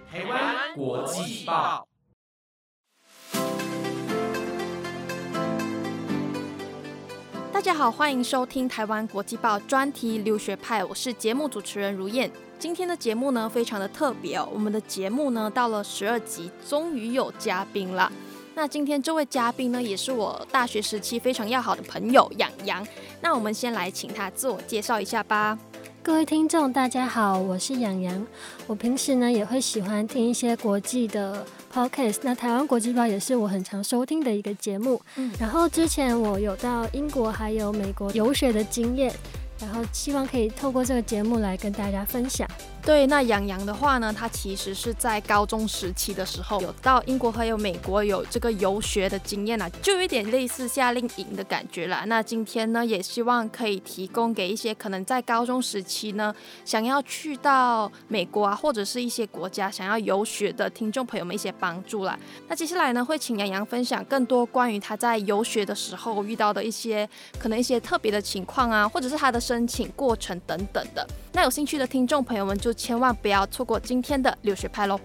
台湾国际报。 大家好，欢迎收听台湾国际报专题留学派，我是节目主持人如燕。今天的节目呢非常的特别哦，我们的节目呢到了12集，终于有嘉宾了。那今天这位嘉宾呢，也是我大学时期非常要好的朋友洋洋。那我们先来请他自我介绍一下吧。 各位听众大家好，我是洋洋。我平时呢也会喜欢听一些国际的 podcast， 那台湾国际报也是我很常收听的一个节目。然后之前我有到英国还有美国游学的经验，然后希望可以透过这个节目来跟大家分享。 对，那洋洋的话呢，他其实是在高中时期的时候有到英国还有美国有这个游学的经验啦，就有一点类似夏令营的感觉啦。那今天呢，也希望可以提供给一些可能在高中时期呢想要去到美国啊，或者是一些国家想要游学的听众朋友们一些帮助啦。那接下来呢，会请洋洋分享更多关于他在游学的时候遇到的一些可能一些特别的情况啊，或者是他的申请过程等等的。那有兴趣的听众朋友们就千万不要错过今天的留学派咯。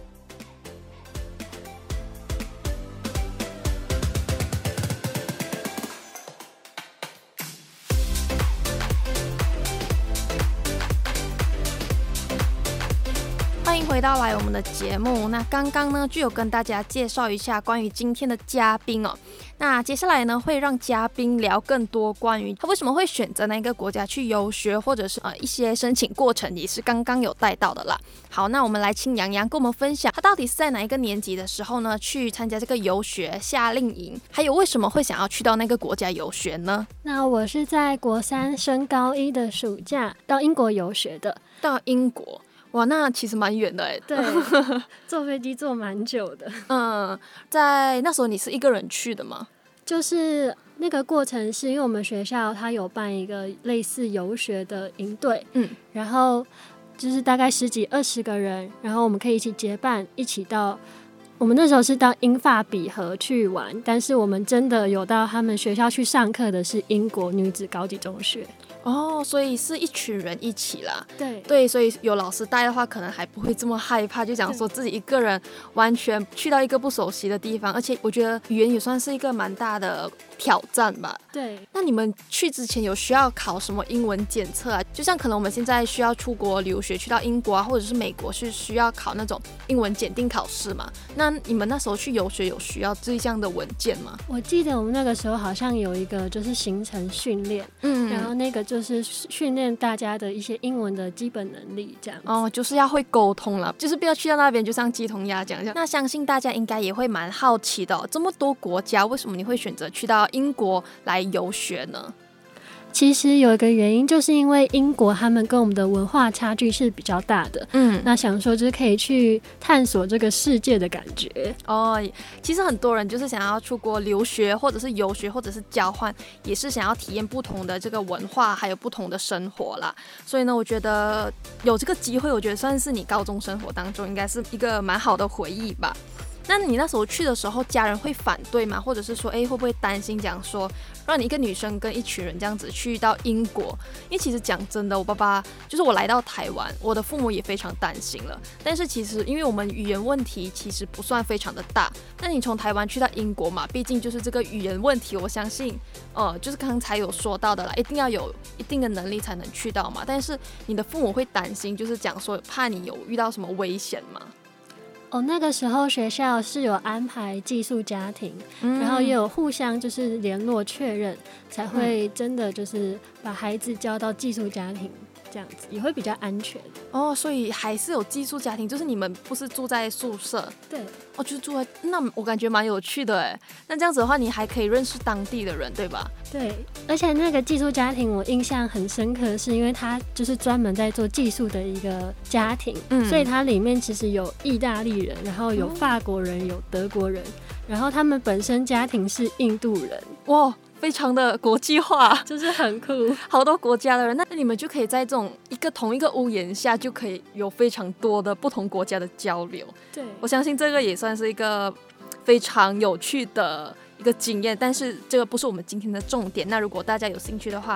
欢迎回到来我们的节目。那刚刚呢就有跟大家介绍一下关于今天的嘉宾哦。那接下来呢会让嘉宾聊更多关于他为什么会选择那个国家去游学，或者是一些申请过程，也是刚刚有带到的啦。好，那我们来请洋洋跟我们分享他到底是在哪一个年级的时候呢去参加这个游学夏令营，还有为什么会想要去到那个国家游学呢？ 那我是在国3升高1的暑假到英国游学的。 到英国，哇，那其实蛮远的哎。 对，坐飞机坐蛮久的。 在那时候你是一个人去的吗？ 就是那个过程是因为我们学校它有办一个类似游学的营队，然后就是大概10几20个人，然后我们可以一起结伴，一起到我们那时候是到英法比河去玩，但是我们真的有到他们学校去上课的是英国女子高级中学。 哦，所以是一群人一起啦。 对， 所以有老师带的话可能还不会这么害怕，就讲说自己一个人完全去到一个不熟悉的地方，而且我觉得语言也算是一个蛮大的挑战吧。 对， 那你们去之前有需要考什么英文检测啊？就像可能我们现在需要出国留学去到英国啊，或者是美国是需要考那种英文检定考试嘛？那你们那时候去游学有需要这样的文件吗？ 我记得我们那个时候好像有一个就是行程训练，然后那个就是训练大家的一些英文的基本能力这样子。 哦，就是要会沟通了，就是不要去到那边就像鸡同鸭讲这样。那相信大家应该也会蛮好奇的这么多国家，为什么你会选择去到英国来游学呢？ 其实有一个原因，就是因为英国他们跟我们的文化差距是比较大的，那想说就是可以去探索这个世界的感觉。哦， 其实很多人就是想要出国留学，或者是游学，或者是交换，也是想要体验不同的这个文化，还有不同的生活啦。所以呢，我觉得有这个机会，我觉得算是你高中生活当中应该是一个蛮好的回忆吧。那你那时候去的时候，家人会反对吗？或者是说，会不会担心讲说，让你一个女生跟一群人这样子去到英国？因为其实讲真的，我爸爸就是我来到台湾，我的父母也非常担心了。但是其实因为我们语言问题其实不算非常的大，那你从台湾去到英国嘛，毕竟就是这个语言问题，我相信，就是刚才有说到的啦，一定要有一定的能力才能去到嘛。但是你的父母会担心，就是讲说怕你有遇到什么危险吗？ 那个时候学校是有安排寄宿家庭，然后也有互相就是联络确认，才会真的就是把孩子交到寄宿家庭，这样子也会比较安全。 所以还是有寄宿家庭，就是你们不是住在宿舍？ 对， 就是住在，那我感觉蛮有趣的哎。那这样子的话，你还可以认识当地的人，对吧？ 对，而且那个寄宿家庭我印象很深刻，是因为他就是专门在做寄宿的一个家庭，所以它里面其实有意大利人，然后有法国人，有德国人，然后他们本身家庭是印度人。哇， 非常的国际化， 就是很酷， 好多国家的人，那你们就可以在这种同一个屋檐下，就可以有非常多的不同国家的交流。 对， 我相信这个也算是一个非常有趣的一个经验，但是这个不是我们今天的重点。那如果大家有兴趣的话，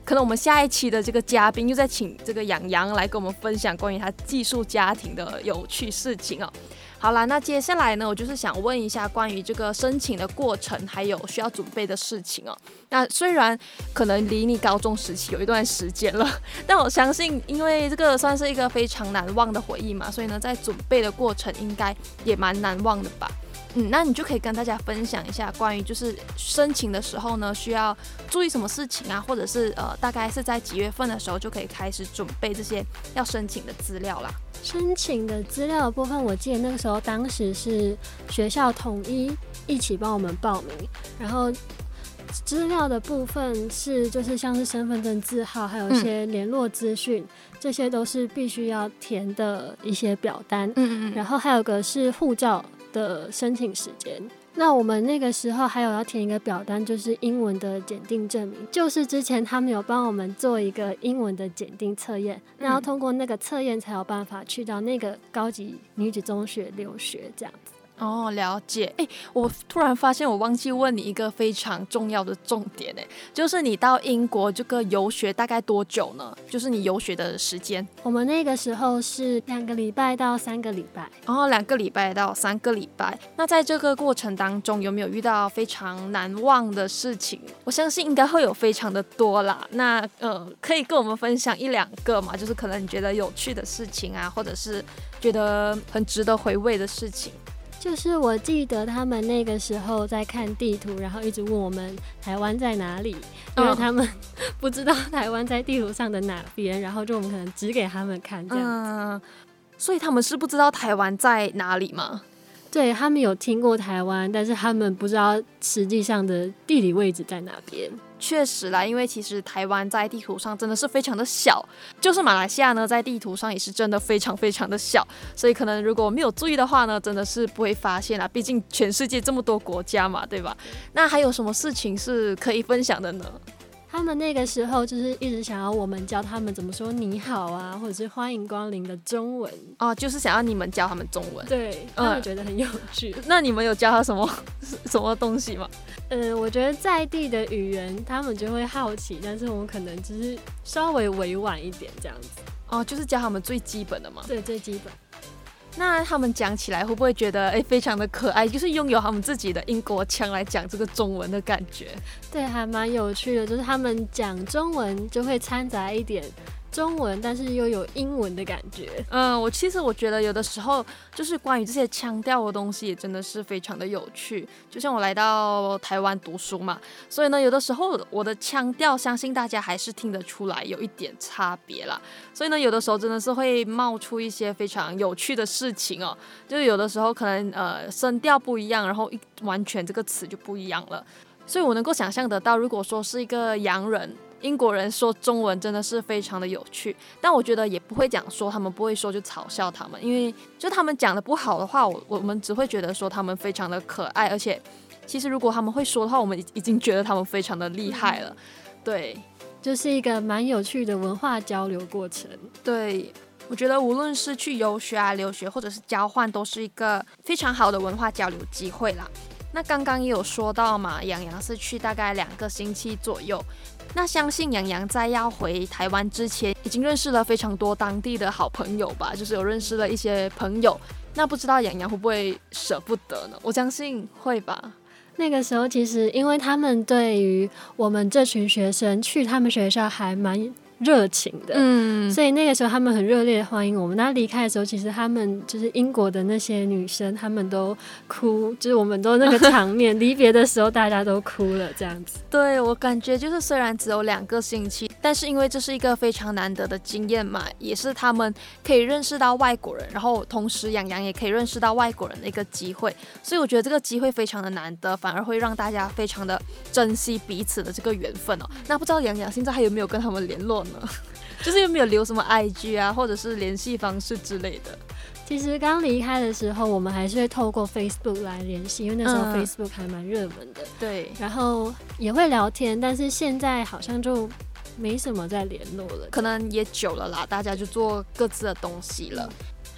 可能我们下一期的这个嘉宾又再请这个洋洋来跟我们分享关于他寄宿家庭的有趣事情哦。好啦，那接下来呢，我就是想问一下关于这个申请的过程，还有需要准备的事情哦。那虽然可能离你高中时期有一段时间了，但我相信，因为这个算是一个非常难忘的回忆嘛，所以呢，在准备的过程应该也蛮难忘的吧。那你就可以跟大家分享一下关于就是申请的时候呢，需要注意什么事情啊，或者是大概是在几月份的时候就可以开始准备这些要申请的资料啦。 申请的资料的部分，我记得那个时候当时是学校统一起帮我们报名，然后资料的部分是就是像是身份证字号，还有一些联络资讯，这些都是必须要填的一些表单。然后还有个是护照的申请时间。那我们那个时候还有要填一个表单，就是英文的检定证明，就是之前他们有帮我们做一个英文的检定测验，然后通过那个测验才有办法去到那个高级女子中学留学这样子。 哦，了解。我突然发现我忘记问你一个非常重要的重点，就是你到英国这个游学大概多久呢？就是你游学的时间。 我们那个时候是2个礼拜到3个礼拜。 2个礼拜到3个礼拜。那在这个过程当中，有没有遇到非常难忘的事情？我相信应该会有非常的多啦。那可以跟我们分享1-2个嘛？就是可能你觉得有趣的事情啊，或者是觉得很值得回味的事情。 就是我记得他们那个时候在看地图，然后一直问我们台湾在哪里，因为他们不知道台湾在地图上的哪边，然后就我们可能指给他们看这样子。 所以他们是不知道台湾在哪里吗？ 对，他们有听过台湾，但是他们不知道实际上的地理位置在哪边。 确实啦，因为其实台湾在地图上真的是非常的小，就是马来西亚呢在地图上也是真的非常非常的小，所以可能如果没有注意的话呢，真的是不会发现啦，毕竟全世界这么多国家嘛，对吧？那还有什么事情是可以分享的呢？ 他们那个时候就是一直想要我们教他们怎么说你好啊，或者是欢迎光临的中文哦，就是想要你们教他们中文。 对，他们觉得很有趣。 那你们有教他什么东西吗？ 我觉得在地的语言他们就会好奇，但是我们可能只是稍微委婉一点这样子。 哦，就是教他们最基本的嘛。 对，最基本。 那他们讲起来会不会觉得非常的可爱，就是拥有他们自己的英国腔来讲这个中文的感觉？ 对，还蛮有趣的，就是他们讲中文就会掺杂一点中文，但是又有英文的感觉。 其实我觉得有的时候就是关于这些腔调的东西也真的是非常的有趣。就像我来到台湾读书嘛，所以呢有的时候我的腔调相信大家还是听得出来有一点差别啦。所以呢有的时候真的是会冒出一些非常有趣的事情哦，就是有的时候可能声调不一样，然后完全这个词就不一样了。所以我能够想象得到，如果说是一个洋人英国人说中文真的是非常的有趣，但我觉得也不会讲说他们不会说就嘲笑他们，因为就他们讲的不好的话，我们只会觉得说他们非常的可爱，而且其实如果他们会说的话，我们已经觉得他们非常的厉害了。对， 就是一个蛮有趣的文化交流过程。 对，我觉得无论是去游学啊、留学或者是交换，都是一个非常好的文化交流机会啦。那刚刚也有说到嘛，洋洋是去大概2个星期左右。那相信洋洋在要回台湾之前，已经认识了非常多当地的好朋友吧，就是有认识了一些朋友。那不知道洋洋会不会舍不得呢？我相信会吧。 那个时候其实因为他们对于我们这群学生去他们学校还蛮热情的，所以那个时候他们很热烈的欢迎我们。那离开的时候，其实他们就是英国的那些女生，他们都哭，就是我们都那个场面离别的时候大家都哭了这样子。 对，我感觉就是虽然只有2个星期，但是因为这是一个非常难得的经验嘛，也是他们可以认识到外国人，然后同时洋洋也可以认识到外国人的一个机会，所以我觉得这个机会非常的难得，反而会让大家非常的珍惜彼此的这个缘分哦。那不知道洋洋现在还有没有跟他们联络呢？就是有没有留什么 IG 啊，或者是联系方式之类的？ 其实刚离开的时候，我们还是会透过 Facebook 来联系，因为那时候 Facebook 还蛮热门的。 对， 然后也会聊天，但是现在好像就没什么再联络了， 可能也久了啦，大家就做各自的东西了。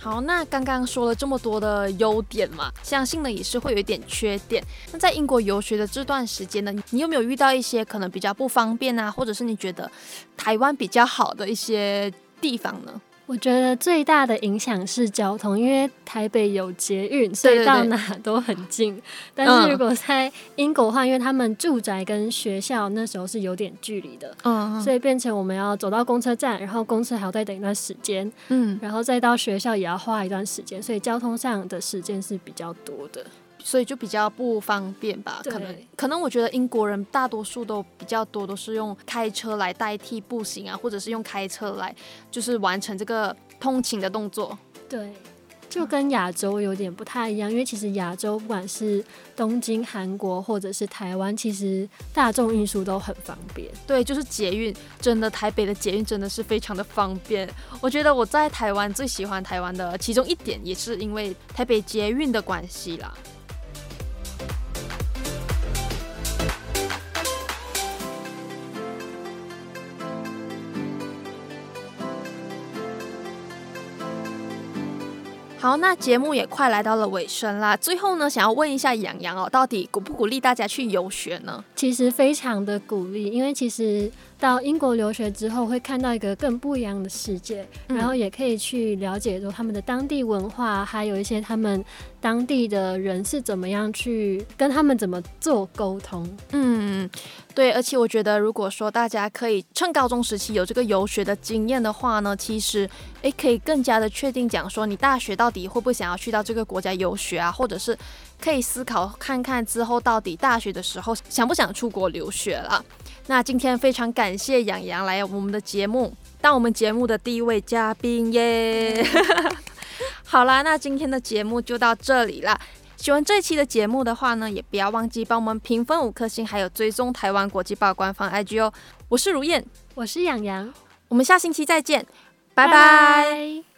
好，那刚刚说了这么多的优点嘛，相信呢也是会有一点缺点。那在英国游学的这段时间呢，你有没有遇到一些可能比较不方便啊，或者是你觉得台湾比较好的一些地方呢？ 我觉得最大的影响是交通，因为台北有捷运，所以到哪都很近。但是如果在英国的话，因为他们住宅跟学校那时候是有点距离的，所以变成我们要走到公车站，然后公车还要再等一段时间，然后再到学校也要花一段时间，所以交通上的时间是比较多的。 所以就比较不方便吧，可能我觉得英国人大多数都比较多都是用开车来代替步行啊，或者是用开车来就是完成这个通勤的动作。 对，就跟亚洲有点不太一样，因为其实亚洲不管是东京、韩国或者是台湾，其实大众运输都很方便。 对，就是捷运，真的台北的捷运真的是非常的方便。我觉得我在台湾最喜欢台湾的其中一点，也是因为台北捷运的关系啦。好，那节目也快来到了尾声啦。最后呢，想要问一下洋洋哦，到底鼓不鼓励大家去游学呢？ 其实非常的鼓励，因为其实到英国留学之后，会看到一个更不一样的世界，然后也可以去了解说他们的当地文化，还有一些他们当地的人是怎么样去跟他们怎么做沟通。 对，而且我觉得如果说大家可以趁高中时期有这个游学的经验的话呢，其实可以更加的确定讲说你大学到底会不会想要去到这个国家游学啊，或者是可以思考看看之后到底大学的时候想不想出国留学啦。那今天非常感谢洋洋来我们的节目，当我们节目的第一位嘉宾耶。好啦，那今天的节目就到这里啦。喜欢这期的节目的话呢，也不要忘记帮我们评分5颗星，还有追踪台湾国际报官方 IG 哦。我是如燕， 我是洋洋， 我们下星期再见，拜拜。